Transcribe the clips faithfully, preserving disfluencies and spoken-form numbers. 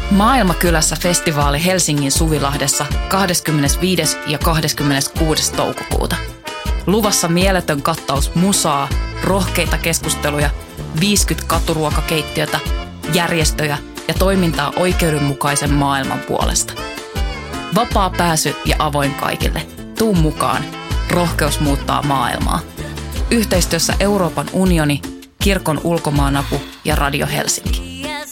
Maailmakylässä festivaali Helsingin Suvilahdessa kahdeskymmenesviides ja kahdeskymmeneskuudes toukokuuta. Luvassa mieletön kattaus musaa, rohkeita keskusteluja, viisikymmentä katuruokakeittiötä, järjestöjä ja toimintaa oikeudenmukaisen maailman puolesta. Vapaa pääsy ja avoin kaikille. Tuu mukaan. Rohkeus muuttaa maailmaa. Yhteistyössä Euroopan unioni, Kirkon ulkomaanapu ja Radio Helsinki.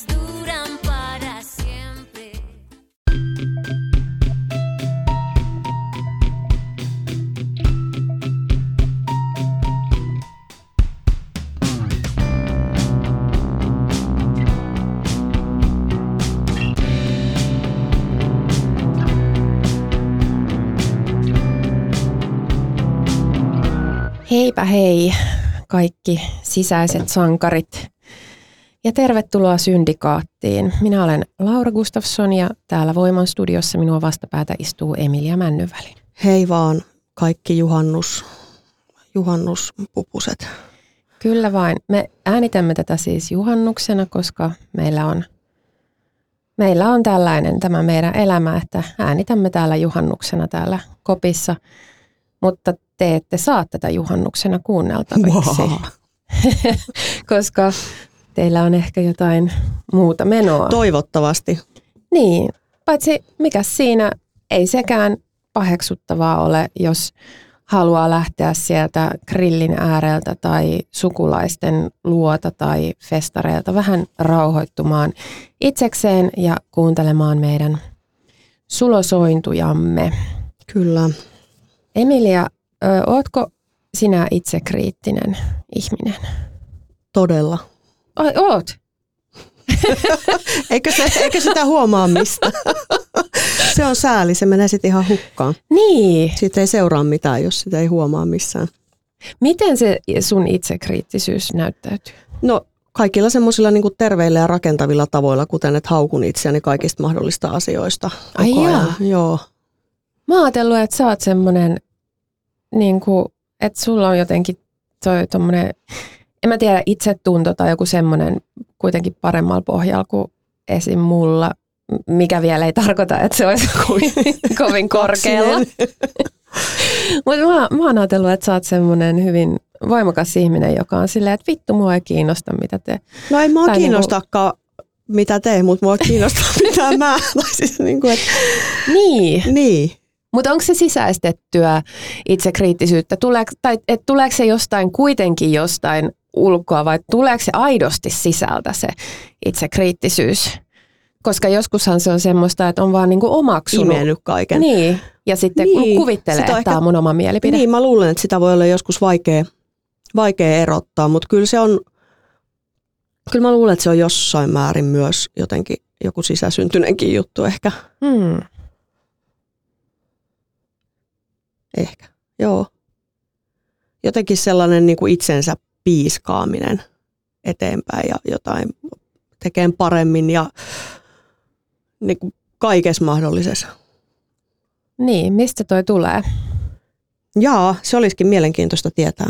Heipä hei kaikki sisäiset sankarit ja tervetuloa Syndikaattiin. Minä olen Laura Gustafsson ja täällä Voiman studiossa minua vastapäätä istuu Emilia Männyväli. Hei vaan kaikki juhannus, juhannuspupuset. Kyllä vain. Me äänitämme tätä siis juhannuksena, koska meillä on, meillä on tällainen tämä meidän elämä, että äänitämme täällä juhannuksena täällä kopissa, mutta te ette saa tätä juhannuksena kuunneltaviksi, wow. koska teillä on ehkä jotain muuta menoa. Toivottavasti. Niin, paitsi mikä siinä ei sekään paheksuttavaa ole, jos haluaa lähteä sieltä grillin ääreltä tai sukulaisten luota tai festareilta vähän rauhoittumaan itsekseen ja kuuntelemaan meidän sulosointujamme. Kyllä. Emilia, Ö, ootko sinä itse kriittinen ihminen? Todella. Ai, oot? eikö, se, eikö sitä huomaa mistä? Se on sääli, se menee sitten ihan hukkaan. Niin. Siitä ei seuraa mitään, jos sitä ei huomaa missään. Miten se sun itsekriittisyys näyttäytyy? No kaikilla semmoisilla niinku terveillä ja rakentavilla tavoilla, kuten että haukun itseäni kaikista mahdollista asioista. Ai jaa. Joo. Mä oon ajatellut, että sä oot semmoinen, niin kuin, että sulla on jotenkin toi tommonen, en mä tiedä, itsetunto tai joku semmoinen kuitenkin paremmalla pohjalla kuin esim. Mulla, mikä vielä ei tarkoita, että se olisi kovin, kovin korkealla. Mutta mä, mä oon ajatellut, että sä oot semmoinen hyvin voimakas ihminen, joka on silleen, että vittu, mua ei kiinnosta, mitä te... No ei mua tai kiinnostakaan, niin kuin, mitä te, mutta mua kiinnostaa, mitä mä. Siis, niin, kuin, että... niin. Niin. Mutta onko se sisäistettyä itsekriittisyyttä? Tuleeko, tai et tuleeko se jostain kuitenkin jostain ulkoa vai tuleeko se aidosti sisältä se itsekriittisyys? Koska joskushan se on semmoista, että on vaan niinku omaksunut. Imennyt kaiken. Niin, ja sitten niin. kuvittelee, että ehkä, tämä on mun oma mielipide. Niin, mä luulen, että sitä voi olla joskus vaikea, vaikea erottaa, mutta kyllä se on, kyllä mä luulen, että se on jossain määrin myös jotenkin joku sisäsyntynenkin juttu ehkä. Hmm. Ehkä, joo. Jotenkin sellainen niin kuin itsensä piiskaaminen eteenpäin ja jotain tekemään paremmin ja niin kuin kaikessa mahdollisessa. Niin, mistä toi tulee? Jaa, se olisikin mielenkiintoista tietää.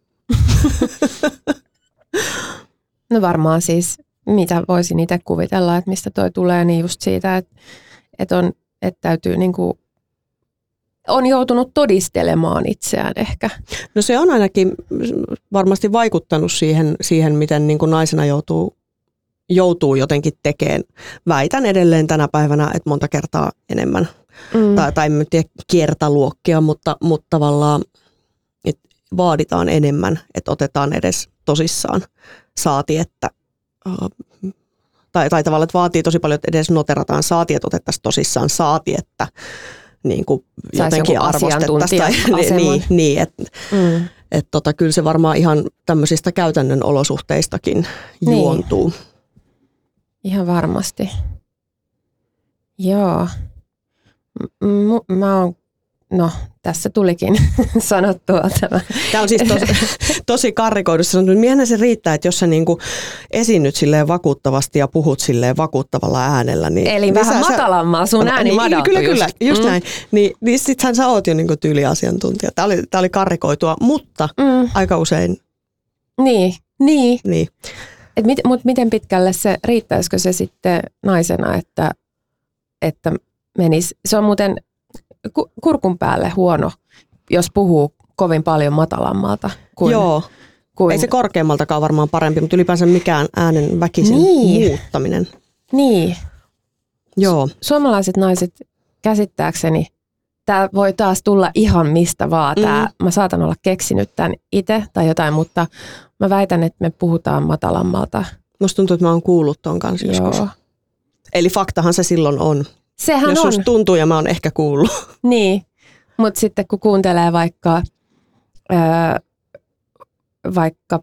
No varmaan siis, mitä voisin itse kuvitella, että mistä toi tulee, niin just siitä, että, että, on, että täytyy niinku on joutunut todistelemaan itseään ehkä. No se on ainakin varmasti vaikuttanut siihen, siihen miten niin kuin naisena joutuu, joutuu jotenkin tekemään. Väitän edelleen tänä päivänä, että monta kertaa enemmän. Mm. Tai, tai en tiedä kiertaluokkia, mutta, mutta tavallaan että vaaditaan enemmän, että otetaan edes tosissaan. Saati, että... Tai, tai tavallaan, että vaatii tosi paljon, että edes noterataan. Saati, että otettaisiin tosissaan. Saati, että... niin kuin jotenkin arvostettaisiin. Tai, niin, niin että mm. et tota, kyllä se varmaan ihan tämmöisistä käytännön olosuhteistakin niin. juontuu. Ihan varmasti. Joo. M- mä oon, no tässä tulikin sanottua tämä. Tämä on siis tosi, tosi karrikoidussa sanottu. Miehänä se riittää, että jos sä niinku esiinnyt silleen vakuuttavasti ja puhut silleen vakuuttavalla äänellä. Niin, eli niin vähän sä, matalammaa, sun ääni niin, madautui Kyllä, just. kyllä, just mm. näin. Niin, niin sittenhän sä oot jo niinku tyyliasiantuntija. Tämä oli, tämä oli karrikoitua, mutta mm. aika usein. Niin, niin. niin. et mit, mut miten pitkälle se, riittäisikö se sitten naisena, että, että menisi, se on muuten kurkun päälle huono, jos puhuu kovin paljon matalammalta kuin... Joo, kuin, ei se korkeammaltakaan varmaan parempi, mutta ylipäänsä mikään äänen väkisin niin. muuttaminen. Niin. Joo. Suomalaiset naiset käsittääkseni, tämä voi taas tulla ihan mistä vaan. Tää, mm. Mä saatan olla keksinyt tämän itse tai jotain, mutta mä väitän, että me puhutaan matalammalta. Musta tuntuu, että mä oon kuullut ton kanssa joskus. Eli faktahan se silloin on. Sehän Jos on. susta tuntuu ja mä oon ehkä kuullut. Niin, mutta sitten kun kuuntelee vaikka, ää, vaikka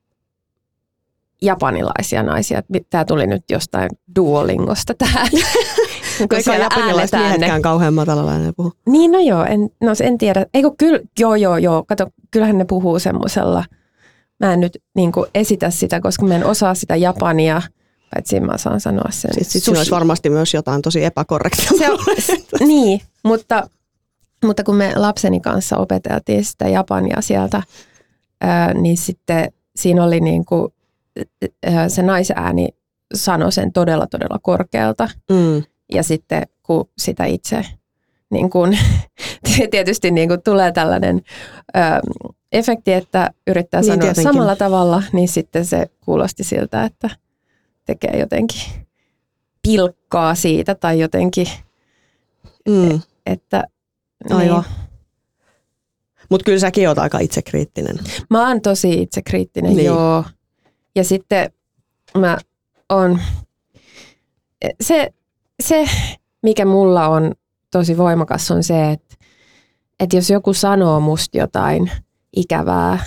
japanilaisia naisia, tämä tuli nyt jostain Duolingosta tähän. Eikä japanilaiset miehetkään kauhean matalalla äänellä puhu. Niin, no joo, en, no en tiedä. Eikö kyllä, joo, joo, joo, kato, kyllähän ne puhuu semmoisella. Mä en nyt niin kuin esitä sitä, koska mä en osaa sitä japania, paitsi mä saan sanoa sen. Sitten sit siinä olisi varmasti myös jotain tosi epäkorrektia. Se on, niin, mutta, mutta kun me lapseni kanssa opeteltiin sitä japania sieltä, ää, niin sitten siinä oli niin kuin, ää, se naisääni sanoi sen todella, todella korkealta. Mm. Ja sitten kun sitä itse, niin kun, tietysti niin kun tulee tällainen ö, efekti, että yrittää niin, sanoa tietenkin samalla tavalla, niin sitten se kuulosti siltä, että tekee jotenkin pilkkaa siitä tai jotenkin, mm. että... Aivan. Niin. Mutta kyllä säkin oot aika itsekriittinen. Mä oon tosi itsekriittinen, niin. Joo. Ja sitten mä oon... Se... Se, mikä mulla on tosi voimakas, on se, että, että jos joku sanoo musta jotain ikävää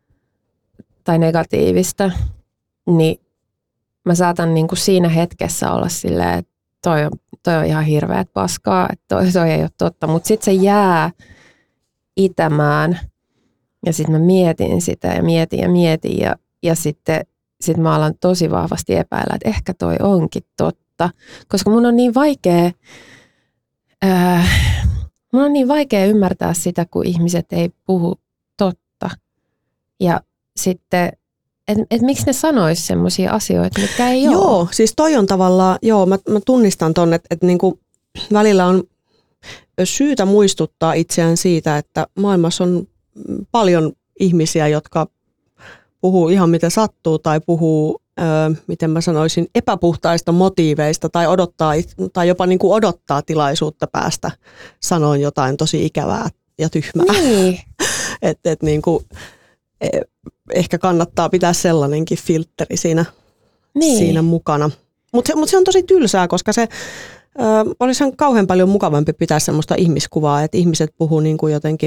tai negatiivista, niin mä saatan niin kuin siinä hetkessä olla silleen, että toi on, toi on ihan hirveät paskaa, että toi, toi ei ole totta. Mutta sitten se jää itämään ja sitten mä mietin sitä ja mietin ja mietin ja, ja sitten sit mä alan tosi vahvasti epäillä, että ehkä toi onkin totta. Koska mun on niin vaikea, äh, mun on niin vaikea ymmärtää sitä, kun ihmiset ei puhu totta. Ja sitten, että et miksi ne sanois semmoisia asioita, mitkä ei ole. Joo, siis toi on tavallaan, joo, mä, mä tunnistan ton, että et niinku välillä on syytä muistuttaa itseään siitä, että maailmassa on paljon ihmisiä, jotka puhuu ihan mitä sattuu tai puhuu, Öö, miten mä sanoisin, epäpuhtaista motiiveista tai, odottaa, tai jopa niin kuin odottaa tilaisuutta päästä sanoen jotain tosi ikävää ja tyhmää. Niin. et, et niin kuin, eh, ehkä kannattaa pitää sellainenkin filtteri siinä, niin. siinä mukana. Mutta se, mut se on tosi tylsää, koska se öö, olisi kauhean paljon mukavampi pitää semmoista ihmiskuvaa, että ihmiset puhuu niin kuin jotenkin...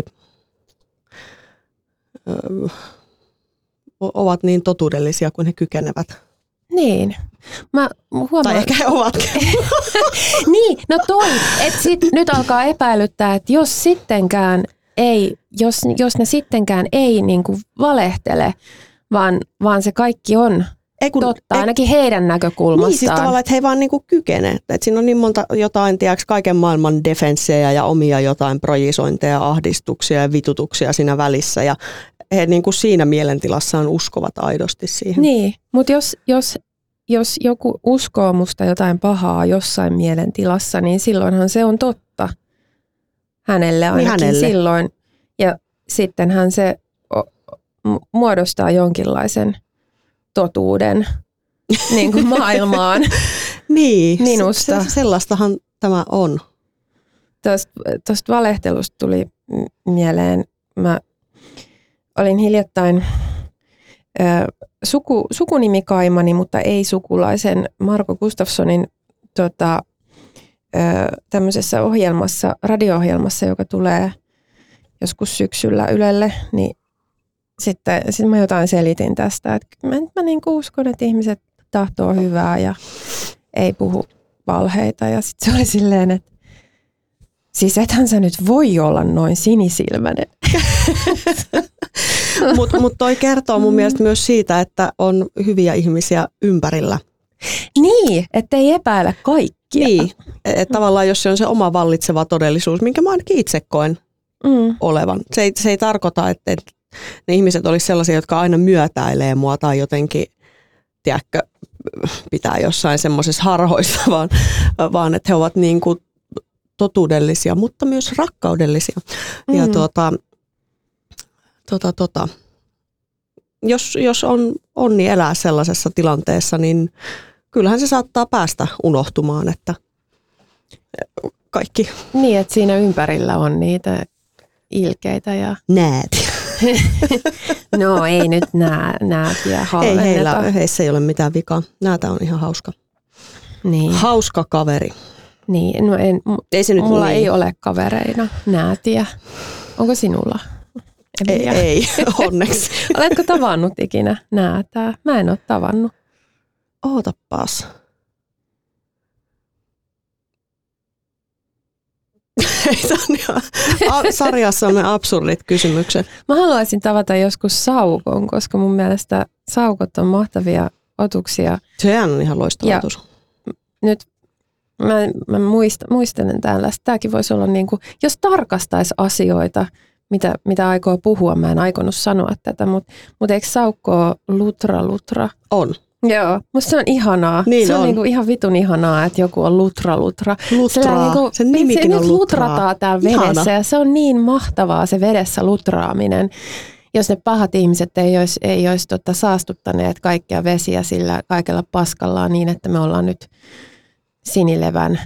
Öö, ovat niin totuudellisia kuin he kykenevät. Niin. Mä huomaan... Tai ehkä he ovatkin. Niin, no toi, että sit nyt alkaa epäilyttää, että jos sittenkään ei, jos, jos ne sittenkään ei niin kuin valehtele, vaan, vaan se kaikki on ei kun, totta, ei, ainakin heidän näkökulmastaan. Niin, siis tavallaan, että he ei vaan niin kuin kykene. Että siinä on niin monta jotain, tiedätkö, kaiken maailman defenssejä ja omia jotain projisointeja, ahdistuksia ja vitutuksia siinä välissä ja he niin kuin siinä mielentilassaan uskovat aidosti siihen. Niin, mutta jos, jos, jos joku uskoo musta jotain pahaa jossain mielentilassa, niin silloinhan se on totta hänelle ainakin niin hänelle. Silloin. Ja sittenhän se muodostaa jonkinlaisen totuuden niin kuin maailmaan niin, minusta. Se, sellaistahan tämä on. Tuosta valehtelusta tuli mieleen, mä olin hiljattain ö, suku, sukunimikaimani, mutta ei sukulaisen Marko Gustafssonin tota, ö, tämmöisessä ohjelmassa, radio-ohjelmassa, joka tulee joskus syksyllä Ylelle, niin sitten sit mä jotain selitin tästä, että mä, mä niin kuin uskon, että ihmiset tahtoo hyvää ja ei puhu valheita. Ja sitten se oli silleen, että siis ethän sä nyt voi olla noin sinisilmäinen. Mutta mut toi kertoo mun mielestä myös siitä, että on hyviä ihmisiä ympärillä. Niin, ettei epäile kaikkia. Niin, että tavallaan jos se on se oma vallitseva todellisuus, minkä mä ainakin itse koen mm. olevan. Se ei, se ei tarkoita, että, että ne ihmiset olisi sellaisia, jotka aina myötäilee mua tai jotenkin, tiedätkö, pitää jossain semmoisessa harhoissa, vaan, vaan että he ovat niin kuin totuudellisia, mutta myös rakkaudellisia. Mm. Ja tuota, tuota, tuota, jos, jos on onni elää sellaisessa tilanteessa, niin kyllähän se saattaa päästä unohtumaan, että kaikki. Niin, että siinä ympärillä on niitä ilkeitä ja... Näet. No ei nyt nää, näät ja halvenneta. Ei heillä, heissä ei ole mitään vikaa. Näätä on ihan hauska. Niin. Hauska kaveri. Niin, no en, ei se nyt mulla niin. Ei ole kavereina näätiä. Onko sinulla? Ei, ei, onneksi. Oletko tavannut ikinä näätää? Mä en ole tavannut. Ootapas. Sarjassa on ne absurdit kysymykset. Mä haluaisin tavata joskus saukon, koska mun mielestä saukot on mahtavia otuksia. Sehän on ihan loistava ja otus. Nyt mä, mä muistan, muistelen tällaista. Tämäkin voisi olla niin kuin, jos tarkastaisi asioita, mitä, mitä aikoo puhua. Mä en aikonut sanoa tätä, mutta, mutta eikö saukko ole lutra lutra? On. Joo, musta se on ihanaa. Niin se on, on. Niinku ihan vitun ihanaa, että joku on lutra lutra. Lutraa, niinku, sen nimikin se on nyt lutraa. lutrataan täällä vedessä Ihana. ja se on niin mahtavaa se vedessä lutraaminen. Jos ne pahat ihmiset ei olisi, ei olisi tota saastuttaneet kaikkia vesiä sillä kaikella paskallaan niin, että me ollaan nyt sinilevän.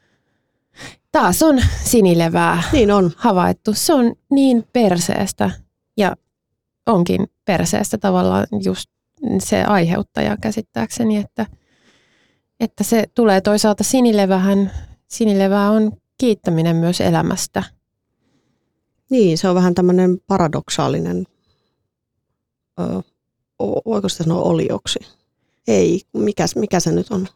Taas on sinilevää niin on. havaittu. Se on niin perseestä ja onkin perseestä tavallaan just se aiheuttaja käsittääkseni, että, että se tulee toisaalta sinilevähän. Sinilevää on kiittäminen myös elämästä. Niin, se on vähän tämmöinen paradoksaalinen, öö, voiko sitä sanoa olioksi? Ei, mikä, mikä se nyt on?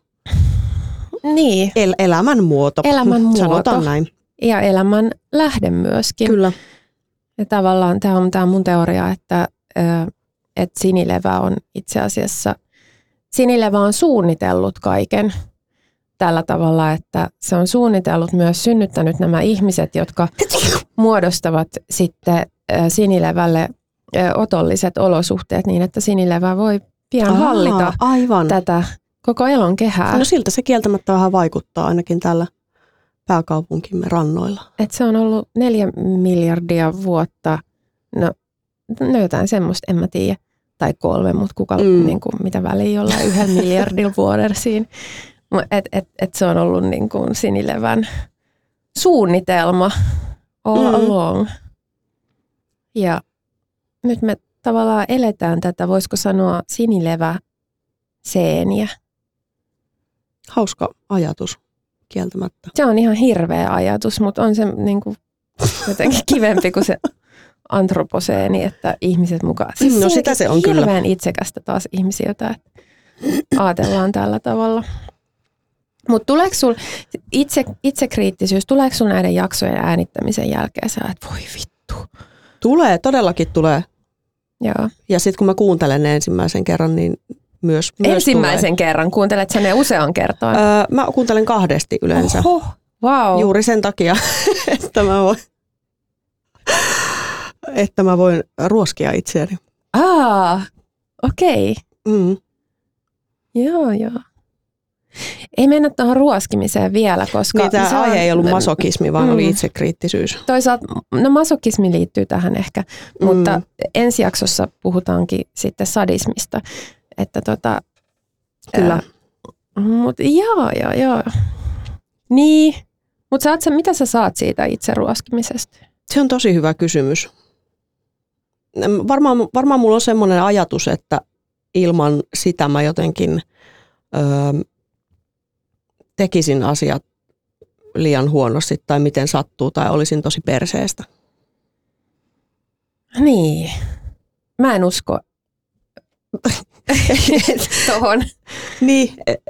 Niin. El, elämän muoto. Elämän muoto. Sanotaan näin. Ja elämän lähde myöskin. Kyllä. Ja tavallaan tämä on tämä mun teoria, että, että sinilevä on itse asiassa, sinilevä on suunnitellut kaiken tällä tavalla, että se on suunnitellut myös synnyttänyt nämä ihmiset, jotka muodostavat sitten sinilevälle otolliset olosuhteet niin, että sinilevä voi pian Aa, hallita aivan. tätä koko elon kehää. No siltä se kieltämättä vähän vaikuttaa ainakin täällä pääkaupunkimme rannoilla. Et se on ollut neljä miljardia vuotta, no, no jotain semmoista, en mä tiedä, tai kolme, mutta kuka, mm. niin kuin, mitä väliä ollaan yhden miljardilla vuodella siinä. Että et, et se on ollut niin kuin sinilevän suunnitelma all mm. along. Ja nyt me tavallaan eletään tätä, voisiko sanoa sinilevä-seeniä. Hauska ajatus, kieltämättä. Se on ihan hirveä ajatus, mutta on se niin kuin jotenkin kivempi kuin se antroposeeni, että ihmiset mukaan. Siis no sitä se on hirveän kyllä. Hirveän itsekästä taas ihmisiltä, että ajatellaan tällä tavalla. Mutta tuleeko sinulla itse, itsekriittisyys, tuleeko sinulla näiden jaksojen äänittämisen jälkeen sä, että voi vittu? Tulee, todellakin tulee. Joo. Ja sitten kun mä kuuntelen ne ensimmäisen kerran, niin myös, myös Ensimmäisen tulee. kerran? Kuuntelet sä ne usean kertaan? Öö, mä kuuntelen kahdesti yleensä. Oho, wow. Juuri sen takia, että mä voin, että mä voin ruoskia itseäni. Aa, okei. Okay. Mm. Joo, joo. Ei mennä tuohon ruoskimiseen vielä, koska... Niin tämä aihe on, ei ollut masokismi, vaan mm. oli itsekriittisyys. Toisaalta, no masokismi liittyy tähän ehkä, mm. mutta ensi jaksossa puhutaankin sitten sadismista. Että tota... Kyllä. Ää, mut joo, joo, joo. Niin, mutta mitä sä saat siitä itse ruoskimisesta? Se on tosi hyvä kysymys. Varmaan, varmaan mulla on semmoinen ajatus, että ilman sitä mä jotenkin... Öö, tekisin asiat liian huonosti tai miten sattuu tai olisin tosi perseestä. Niin. Mä en usko tohon. Niin.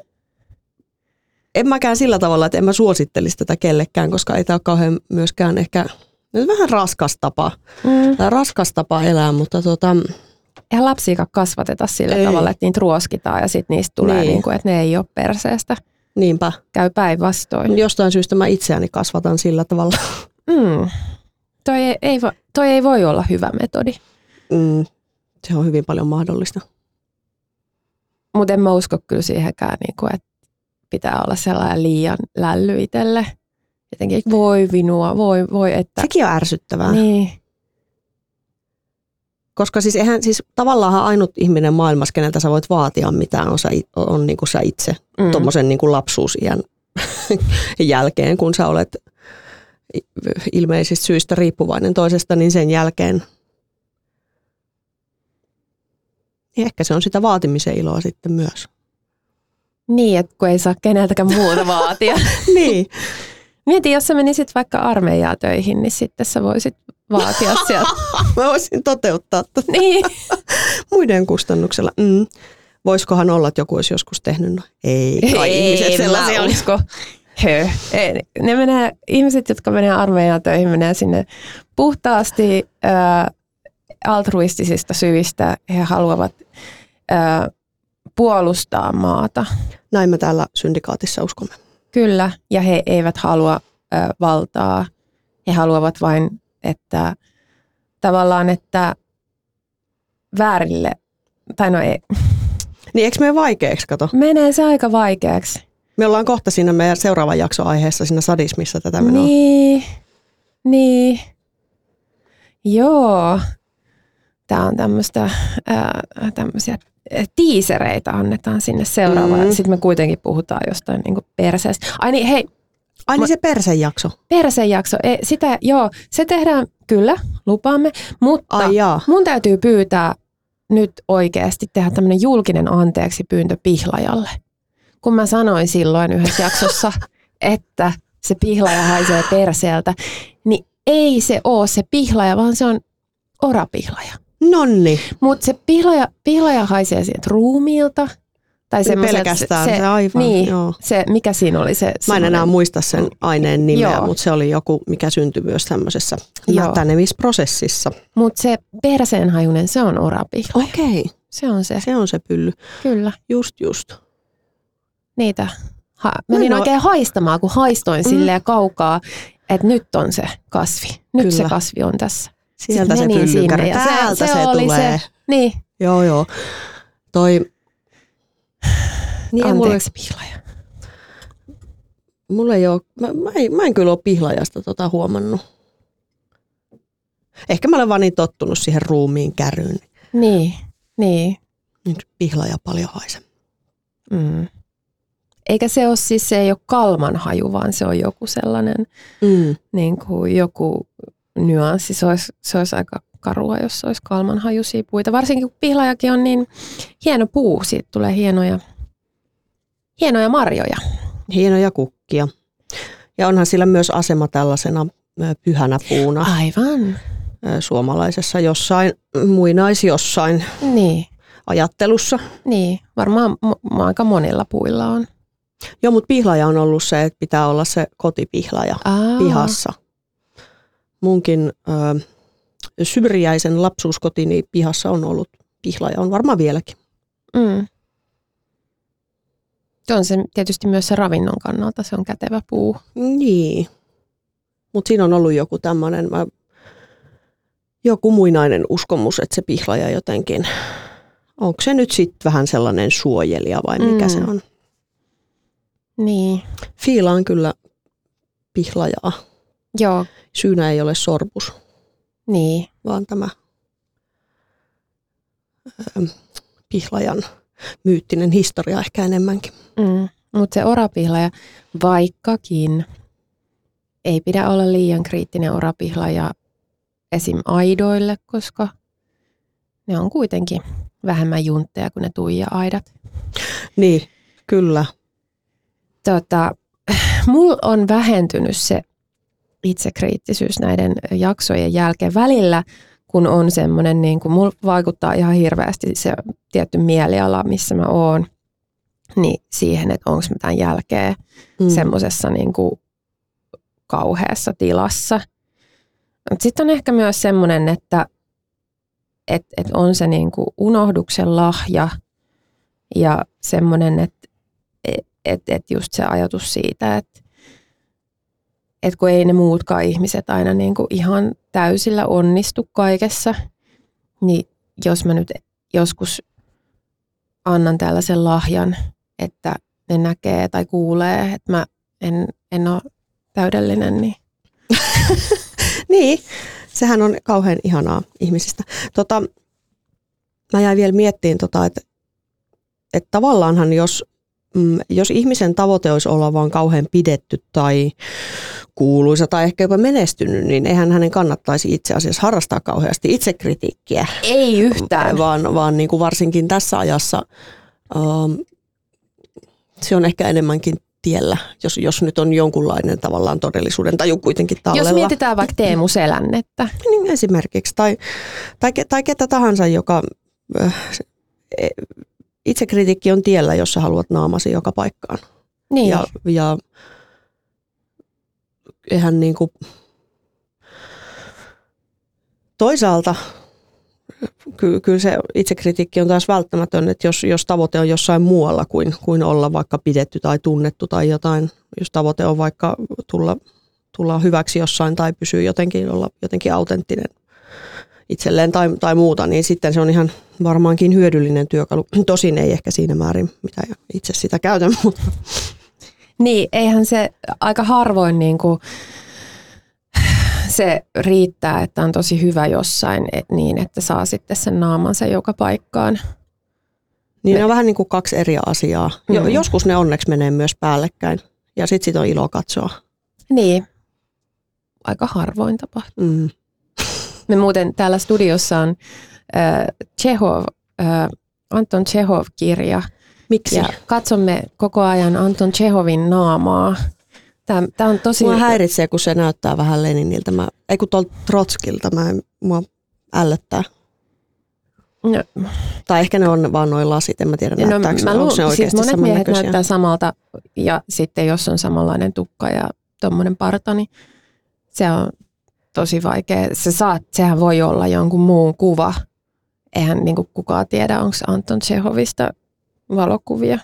En mäkään sillä tavalla, että en mä suosittelisi tätä kellekään, koska ei tämä ole kauhean myöskään ehkä vähän raskas tapa. Mm. Tämä raskas tapa elää, mutta tota... Eihän lapsiakaan kasvateta sillä ei. tavalla, että niitä ruoskitaan ja sitten niistä tulee, niin. Niin kuin, että ne ei ole perseestä. Niinpä. Käy päinvastoin. Jostain syystä mä itseäni kasvatan sillä tavalla. Mm. Toi, ei, ei, toi ei voi olla hyvä metodi. Mm. Se on hyvin paljon mahdollista. Mutta en mä usko kyllä siihenkään, niin kuin, että pitää olla sellainen liian lälly itselle. Jotenkin, että voi vinua, voi, voi, että... Sekin on ärsyttävää. Niin. Koska siis, eihän, siis tavallaan ainut ihminen maailmassa, keneltä sä voit vaatia mitään, on, sä, on niin kuin sä itse mm. tuommoisen niin kuin lapsuusiän jälkeen, kun sä olet ilmeisistä syistä riippuvainen toisesta, niin sen jälkeen ehkä se on sitä vaatimisen iloa sitten myös. Niin, että kun ei saa keneltäkään muuta vaatia. Niin. Mieti, jos sä menisit vaikka armeijaa töihin, niin sitten sä voisit vaatia sieltä. Mä voisin toteuttaa tätä niin. muiden kustannuksella. Mm. Voisikohan olla, että joku olisi joskus tehnyt? No, ei, kai ei, ihmiset sellaisia mä usko. Hö. Ne menee, ihmiset, jotka menee armeijaan töihin, menee sinne puhtaasti äh, altruistisista syistä. He haluavat äh, puolustaa maata. Näin me täällä syndikaatissa uskomme. Kyllä, ja he eivät halua äh, valtaa. He haluavat vain, että tavallaan, että väärille, tai no ei. Niin eikö mene vaikeaksi, kato? Menee se aika vaikeaksi. Me ollaan kohta siinä meidän seuraavan jakson aiheessa, siinä sadismissa tätä menoa. Niin, niin. Joo. Tämä on tämmöistä, ää, tämmöisiä tiisereitä annetaan sinne seuraavaan. Mm. Sitten me kuitenkin puhutaan jostain niin kuin perseestä. Ai niin, hei. Ai niin se persejakso. Persejakso. E, sitä, joo, se tehdään kyllä, lupaamme, mutta Ai mun täytyy pyytää nyt oikeasti tehdä tämmöinen julkinen anteeksi pyyntö pihlajalle. Kun mä sanoin silloin yhdessä jaksossa, että se pihlaja haisee perseeltä, niin ei se ole se pihlaja, vaan se on orapihlaja. Nonni. Mutta se pihlaja, pihlaja haisee sieltä ruumiilta. Tai pelkästään se, se aivan, niin, joo. Se, mikä siinä oli se... Mä en enää muista sen aineen nimeä, joo. mutta se oli joku, mikä syntyi myös tämmöisessä mätänemisprosessissa. Mutta se perseenhajunen, se on orapihlaja. Okei. Okay. Se on se. Se on se pylly. Kyllä. Just, just. Niitä. Ha- menin no, oikein haistamaan, kun haistoin mm. silleen kaukaa, että nyt on se kasvi. Nyt Kyllä. se kasvi on tässä. Sieltä se pyllykäri. Täältä se, se, se tulee. Se. Niin. Joo, joo. Toi... Niin anteeksi mulle, pihlaja. Mulla ei ole, mä, mä, en, mä en kyllä ole pihlajasta tota huomannut. Ehkä mä olen vaan niin tottunut siihen ruumiin kärryyn. Niin, niin. Nyt pihlaja paljon haise. Mm. Eikä se ole siis, se ei ole kalman haju, vaan se on joku sellainen, mm. niin kuin joku nyanssi. Se olisi, se olisi aika karua, jos olisi kalman hajuisia puita. Varsinkin kun pihlajakin on niin hieno puu, siitä tulee hienoja. Hienoja marjoja. Hienoja kukkia. Ja onhan sillä myös asema tällaisena pyhänä puuna. Aivan. Suomalaisessa jossain, muinaisjossain niin. ajattelussa. Niin, varmaan m- aika monilla puilla on. Joo, mutta pihlaja on ollut se, että pitää olla se kotipihlaja Aa. pihassa. Munkin ö, syrjäisen lapsuuskotini pihassa on ollut pihlaja, on varmaan vieläkin. Mm. Se on se, tietysti myös se ravinnon kannalta, se on kätevä puu. Niin, mutta siinä on ollut joku tämmöinen, joku muinainen uskomus, että se pihlaja jotenkin, onko se nyt sitten vähän sellainen suojelija vai mikä mm. se on? Niin. Fiilaan kyllä pihlajaa. Joo. Syynä ei ole sorbus, niin. vaan tämä ö, pihlajan myyttinen historia ehkä enemmänkin. Mm, mutta se orapihlaja, vaikkakin ei pidä olla liian kriittinen orapihlaja esim. Aidoille, koska ne on kuitenkin vähemmän juntteja kuin ne tuija-aidat. Niin, kyllä. Tota, mulla on vähentynyt se itsekriittisyys näiden jaksojen jälkeen välillä, kun on semmoinen, niin kuin mulla vaikuttaa ihan hirveästi se tietty mieliala, missä mä oon, niin siihen, että onko mä tämän jälkeen mm. semmoisessa niin kuin kauheassa tilassa. Sitten on ehkä myös semmoinen, että et, et on se niin kuin unohduksen lahja ja semmoinen, että et, et, et just se ajatus siitä, että et kun ei ne muutkaan ihmiset aina niin kuin ihan täysillä onnistu kaikessa, niin jos mä nyt joskus annan tällaisen lahjan, että ne näkee tai kuulee, että mä en, en ole täydellinen. Niin. Niin, sehän on kauhean ihanaa ihmisistä. Tota, mä jäin vielä miettimään, tota, että, että tavallaanhan jos, mm, jos ihmisen tavoite olisi olla vaan kauhean pidetty tai kuuluisa tai ehkä jopa menestynyt, niin eihän hänen kannattaisi itse asiassa harrastaa kauheasti itsekritiikkiä. Ei yhtään. Vaan, vaan niin kuin varsinkin tässä ajassa um, se on ehkä enemmänkin tiellä, jos, jos nyt on jonkunlainen tavallaan todellisuuden taju kuitenkin tallella. Jos mietitään vaikka Teemu Selännettä. Niin esimerkiksi. Tai, tai, tai ketä tahansa, joka äh, itsekritiikki on tiellä, jos sä haluat naamasi joka paikkaan. Niin. Ja, ja eihän niin kuin toisaalta ky, kyllä se itsekritiikki on taas välttämätön, että jos, jos tavoite on jossain muualla kuin, kuin olla vaikka pidetty tai tunnettu tai jotain, jos tavoite on vaikka tulla, tulla hyväksi jossain tai pysyä jotenkin, olla jotenkin autenttinen itselleen tai, tai muuta, niin sitten se on ihan varmaankin hyödyllinen työkalu. Tosin ei ehkä siinä määrin, mitä itse sitä käytän, mutta niin, eihän se aika harvoin niin kuin se riittää, että on tosi hyvä jossain et niin, että saa sitten sen naamansa joka paikkaan. Niin ne on vähän niin kuin kaksi eri asiaa. Mm. Joskus ne onneksi menee myös päällekkäin ja sitten sit on ilo katsoa. Niin, aika harvoin tapahtuu. Mm. Me muuten täällä studiossa on äh, Tšehov, äh, Anton Tšehov-kirja. Miksi? Ja katsomme koko ajan Anton Tšehovin naamaa. Tämä, tämä on tosi... Mua häiritsee, kun se näyttää vähän Leniniltä. Mä, ei kun tuolta Trotskilta. Mä en, mua ällöttää. No. Tai ehkä ne on vaan noin lasit. En mä tiedä, no, näyttääkö mä ne. Onko lu- ne oikeasti siis monet miehet samannäköisiä? näyttää samalta. Ja sitten jos on samanlainen tukka ja tommoinen parta, niin se on tosi vaikea. Se saat, sehän voi olla jonkun muun kuva. Eihän niin kuin kukaan tiedä, onko Anton Tšehovista valokuvia.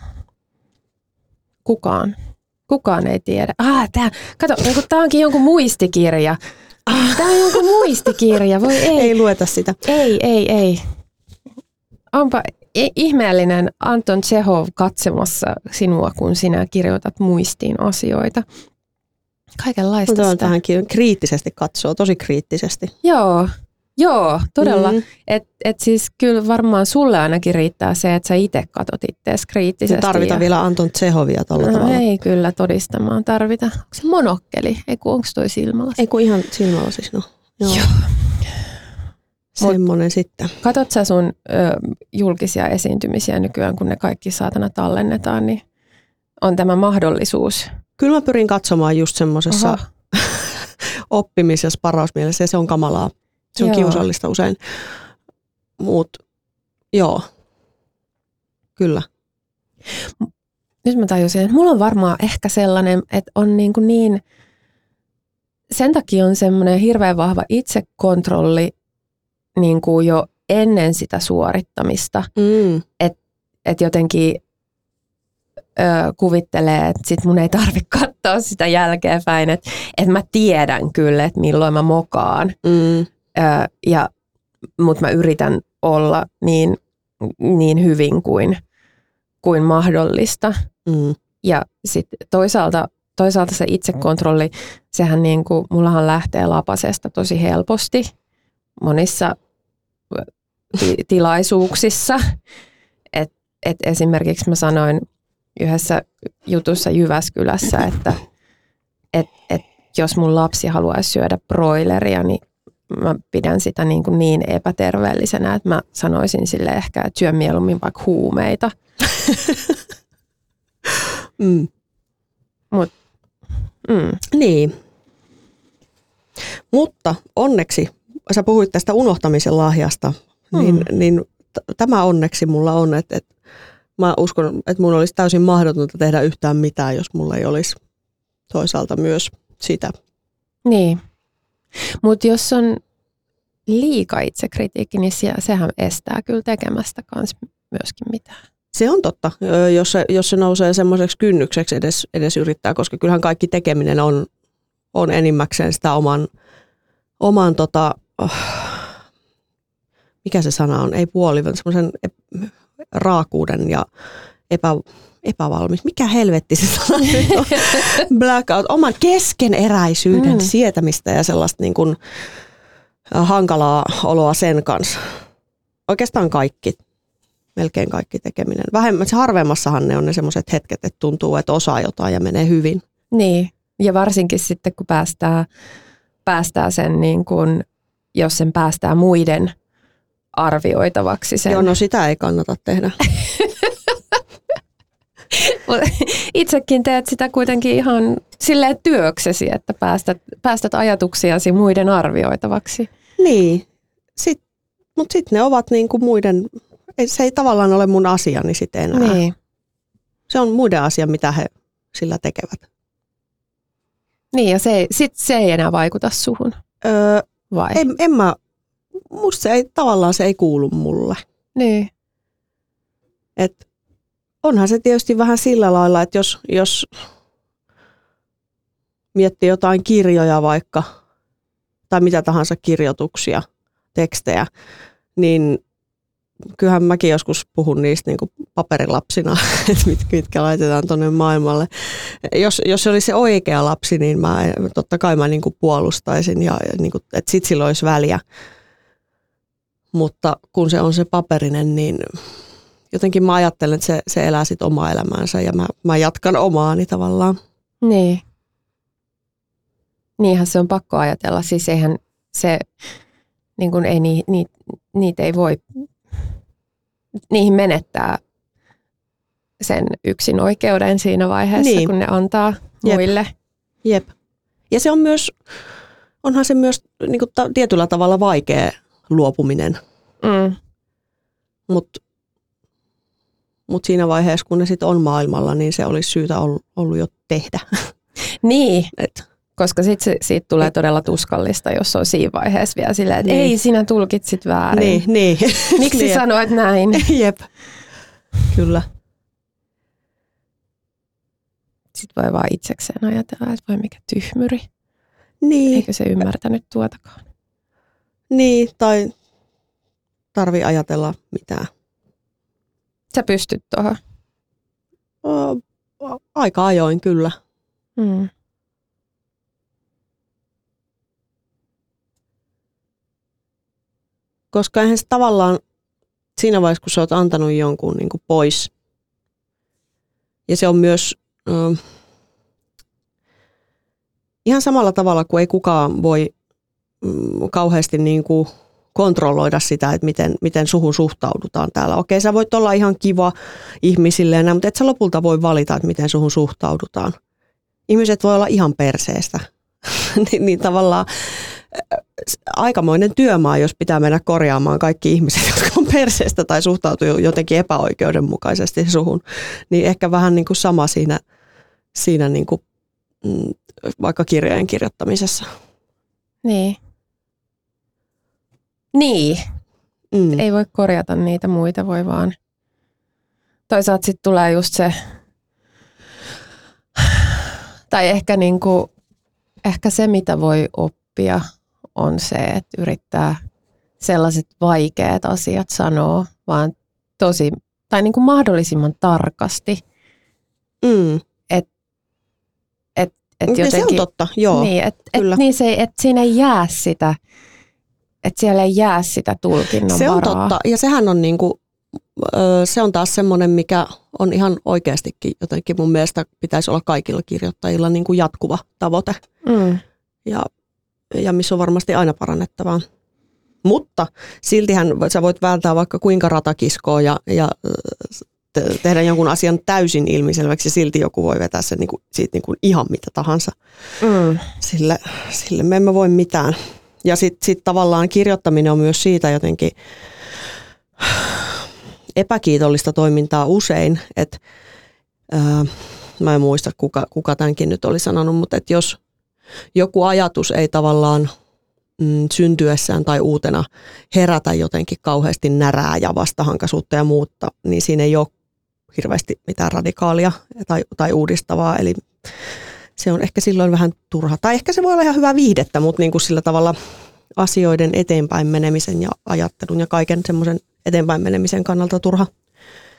Kukaan. Kukaan ei tiedä. Ah, tää, kato, tämä onkin jonkun muistikirja. Tämä on jonkun muistikirja, voi ei. Ei lueta sitä. Ei, ei, ei. Onpa ihmeellinen Anton Tšehov katsomassa sinua, kun sinä kirjoitat muistiin asioita. Kaikenlaista Mutta on sitä. tähänkin kriittisesti katsoo, tosi kriittisesti. Joo, joo, todella. Mm. Et, et siis kyllä varmaan sulle ainakin riittää se, että sä itse katot itseäsi kriittisesti. Tarvitaan ja... vielä Anton Tšehovia tuolla no, tavalla. ei kyllä todistamaan tarvita. Onko se monokkeli? Ei kun onko toi silmälasi? Ei kun ihan silmälasis, no. Joo. Joo. Semmoinen sitten. Katot sä sun ö, julkisia esiintymisiä nykyään, kun ne kaikki saatana tallennetaan, niin on tämä mahdollisuus. Kyllä mä pyrin katsomaan just semmoisessa oppimis- ja sparausmielessä, ja se on kamalaa. Se on Joo. kiusallista usein. Mut joo, kyllä. Nyt mä tajusin, että mulla on varmaan ehkä sellainen, että on niin, kuin niin sen takia on semmoinen hirveän vahva itsekontrolli niin kuin jo ennen sitä suorittamista, Mm. että et jotenkin ö, kuvittelee, että sit mun ei tarvitse katsoa sitä jälkeenpäin, että et mä tiedän kyllä, että milloin mä mokaan, Mm. ö, ja, mutta mä yritän olla niin, niin hyvin kuin, kuin mahdollista. Mm. Ja sitten toisaalta, toisaalta se itsekontrolli, sehän niin kuin, mullahan lähtee lapasesta tosi helposti monissa ti- tilaisuuksissa. Et, et esimerkiksi mä sanoin yhdessä jutussa Jyväskylässä, että et, et jos mun lapsi haluaisi syödä broileria, niin mä pidän sitä niin, kuin niin epäterveellisenä, että mä sanoisin sille ehkä, että syö mieluummin vaikka huumeita. Mm. Mut, mm. Niin. Mutta onneksi, sä puhuit tästä unohtamisen lahjasta, mm. niin, niin t- tämä onneksi mulla on, että, että mä uskon, että mun olisi täysin mahdotonta tehdä yhtään mitään, jos mulla ei olisi toisaalta myös sitä. Niin. Mutta jos on liika itsekritiikki, niin se, sehän estää kyllä tekemästä kans myöskin mitään. Se on totta, jos se, jos se nousee semmoiseksi kynnykseksi edes, edes yrittää, koska kyllähän kaikki tekeminen on, on enimmäkseen sitä oman, oman tota, oh, mikä se sana on, ei puoli, vaan semmoisen raakuuden ja epä, epävalmis. Mikä helvetti se sana nyt on? Blackout. Oman keskeneräisyyden mm. sietämistä ja sellaista niin kuin hankalaa oloa sen kanssa. Oikeastaan kaikki. Melkein kaikki tekeminen. Vähemmän, harvemmassahan ne on ne semmoiset hetket, että tuntuu, että osaa jotain ja menee hyvin. Niin, ja varsinkin sitten kun päästää, päästää sen, niin kun, jos sen päästää muiden arvioitavaksi. Sen. Joo, no sitä ei kannata tehdä. Itsekin teet sitä kuitenkin ihan silleen työksesi, että päästät, päästät ajatuksiasi muiden arvioitavaksi. Niin, Sit, mutta sitten ne ovat niin kuin muiden, se ei tavallaan ole mun asiani sitten enää. Niin. Se on muiden asia, mitä he sillä tekevät. Niin, ja se ei, sit se ei enää vaikuta suhun, Öö, vai? En, en mä, musta se ei, tavallaan se ei kuulu mulle. Niin. Et onhan se tietysti vähän sillä lailla, että jos, jos miettii jotain kirjoja vaikka, tai mitä tahansa kirjoituksia, tekstejä, niin kyllähän mäkin joskus puhun niistä niin kuin paperilapsina, että mit, mitkä laitetaan tuonne maailmalle. Jos, jos se olisi se oikea lapsi, niin mä, totta kai mä niin kuin puolustaisin, ja, ja niin kuin, että sit sillä olisi väliä. Mutta kun se on se paperinen, niin jotenkin mä ajattelen, että se, se elää sit omaa elämäänsä ja mä, mä jatkan omaani tavallaan. Niin. Niinhän se on pakko ajatella. Siis eihän se, niin kuin ei, ni, ni, niitä ei voi, niihin menettää sen yksin oikeuden siinä vaiheessa, niin. kun ne antaa Jep. muille. Jep. Ja se on myös, onhan se myös niin kuin ta, tietyllä tavalla vaikea luopuminen. Mm. Mutta mut siinä vaiheessa, kun ne sitten on maailmalla, niin se olisi syytä ollut, ollut jo tehdä. Niin. Et. Koska sitten siitä tulee todella tuskallista, jos on siinä vaiheessa vielä silleen, että niin. ei, sinä tulkitsit väärin. Niin, niin. Miksi niin. sanoit näin? Jep, kyllä. Sitten voi vaan itsekseen ajatella, että voi mikä tyhmyri. Niin. Eikö se ymmärtänyt tuotakaan? Niin, tai tarvii ajatella mitään. Sä pystyt tuohon? O, aika ajoin, kyllä. Mm. Koska eihän se tavallaan siinä vaiheessa, kun sä oot antanut jonkun niin kuin pois, ja se on myös äh, ihan samalla tavalla kuin ei kukaan voi mm, kauheasti niin kuin kontrolloida sitä, että miten, miten suhun suhtaudutaan täällä. Okei, sä voit olla ihan kiva ihmisille enää, mutta et sä lopulta voi valita, että miten suhun suhtaudutaan. Ihmiset voi olla ihan perseestä. niin, niin tavallaan aikamoinen työmaa, jos pitää mennä korjaamaan kaikki ihmiset, jotka on perseestä tai suhtautuu jotenkin epäoikeudenmukaisesti suhun. Niin ehkä vähän niin kuin sama siinä, siinä niin kuin, mm, vaikka kirjojen kirjoittamisessa. Niin. Niin. Mm. Ei voi korjata niitä muita, voi vaan. Toisaalta sitten tulee just se, tai ehkä, niinku, ehkä se, mitä voi oppia, on se, että yrittää sellaiset vaikeat asiat sanoa, vaan tosi, tai niinku mahdollisimman tarkasti. Mm. Et, et, et jotenkin, se on totta, joo. Niin, et, et, niin se, et siinä ei jää sitä, että siellä ei jää sitä tulkinnan se on varaa. totta, ja sehän on niinku, se on taas semmoinen, mikä on ihan oikeastikin jotenkin mun mielestä pitäisi olla kaikilla kirjoittajilla niin kuin jatkuva tavoite. Mm. Ja, ja missä on varmasti aina parannettavaa. Mutta siltihän sä voit vääntää vaikka kuinka ratakiskoa ja, ja te, tehdä jonkun asian täysin ilmiselväksi, ja silti joku voi vetää sen niin kuin, siitä niin kuin ihan mitä tahansa. Mm. Sille, sille me emme voi mitään. Ja sitten sit tavallaan kirjoittaminen on myös siitä jotenkin epäkiitollista toimintaa usein, että ää, mä en muista kuka, kuka tämänkin nyt oli sanonut, mutta että jos joku ajatus ei tavallaan mm, syntyessään tai uutena herätä jotenkin kauheasti närää ja vastahankaisuutta ja muutta, niin siinä ei ole hirveästi mitään radikaalia tai, tai uudistavaa, eli se on ehkä silloin vähän turha. Tai ehkä se voi olla ihan hyvä viihdettä, mutta niin kuin sillä tavalla asioiden eteenpäin menemisen ja ajattelun ja kaiken semmoisen eteenpäin menemisen kannalta turha.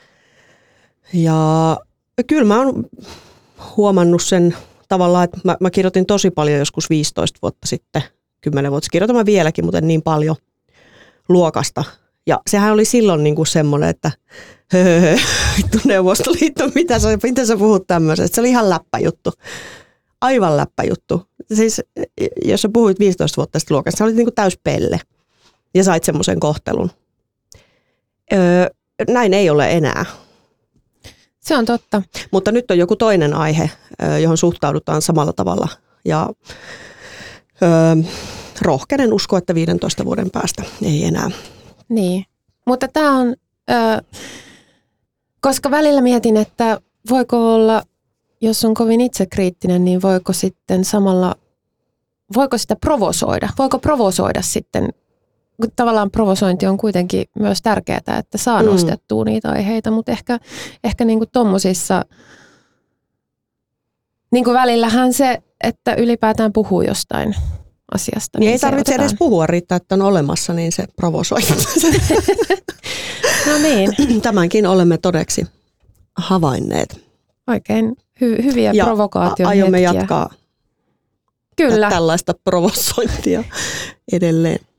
Ja kyllä mä oon huomannut sen tavallaan, että mä, mä kirjoitin tosi paljon joskus viisitoista vuotta sitten, kymmenen vuotta. Kirjoitan mä vieläkin, mutta niin paljon luokasta. Ja sehän oli silloin niin kuin semmoinen, että höhö, vittu Neuvostoliitto, mitä sä, mitä sä puhut tämmöisestä. Se oli ihan läppäjuttu. Aivan läppäjuttu. Siis jos sä puhuit viisitoista vuotta sitten luokasta, sä olit niin kuin täys pelle ja sait semmoisen kohtelun. Öö, näin ei ole enää. Se on totta. Mutta nyt on joku toinen aihe, johon suhtaudutaan samalla tavalla. Ja öö, rohkenen uskoa, että viidentoista vuoden päästä ei enää. Niin, mutta tämä on, ö, koska välillä mietin, että voiko olla, jos on kovin itsekriittinen, niin voiko sitten samalla, voiko sitä provosoida? Voiko provosoida sitten, kun tavallaan provosointi on kuitenkin myös tärkeää, että saa Mm. nostettua niitä aiheita, mutta ehkä, ehkä niin kuin tommosissa, niin kuin välillähän se, että ylipäätään puhuu jostain asiasta. Niin niin ei se tarvitse otetaan. edes puhua, riittää, että on olemassa, niin se provosoi. No niin, Tämänkin olemme todeksi havainneet. oikein hy- hyviä Ja provokaation aiomme hetkiä. jatkaa Kyllä. tällaista provosointia edelleen.